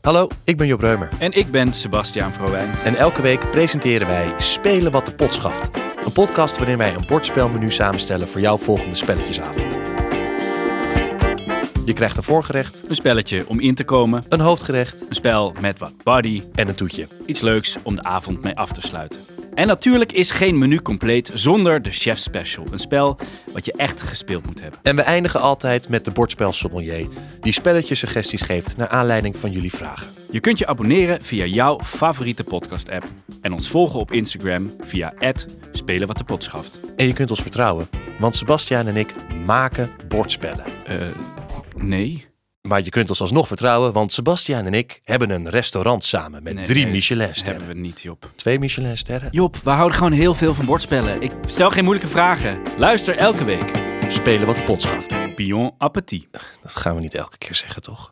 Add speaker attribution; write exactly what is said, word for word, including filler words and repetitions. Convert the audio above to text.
Speaker 1: Hallo, ik ben Job Reumer.
Speaker 2: En ik ben Sebastiaan Vrouwijn.
Speaker 1: En elke week presenteren wij Spelen wat de pot schaft. Een podcast waarin wij een bordspelmenu samenstellen voor jouw volgende spelletjesavond. Je krijgt een voorgerecht,
Speaker 2: Een spelletje om in te komen.
Speaker 1: een hoofdgerecht
Speaker 2: Een spel met wat body.
Speaker 1: en een toetje.
Speaker 2: Iets leuks om de avond mee af te sluiten. En natuurlijk is geen menu compleet zonder de Chef Special. Een spel wat je echt gespeeld moet hebben.
Speaker 1: En we eindigen altijd met de bordspelsommelier, die spelletjesuggesties geeft naar aanleiding van jullie vragen.
Speaker 2: Je kunt je abonneren via jouw favoriete podcast-app. En ons volgen op Instagram via at spelen wat de pot schaft.
Speaker 1: En je kunt ons vertrouwen, want Sebastiaan en ik maken bordspellen.
Speaker 2: Eh, nee.
Speaker 1: Maar je kunt ons alsnog vertrouwen, want Sebastiaan en ik hebben een restaurant samen met
Speaker 2: Nee,
Speaker 1: drie
Speaker 2: nee,
Speaker 1: Michelin-sterren.
Speaker 2: Hebben we niet, Job.
Speaker 1: Twee Michelin-sterren?
Speaker 2: Job, we houden gewoon heel veel van bordspellen. Ik stel geen moeilijke vragen. Luister elke week.
Speaker 1: Spelen wat de pot schaft.
Speaker 2: Bon appétit.
Speaker 1: Dat gaan we niet elke keer zeggen, toch?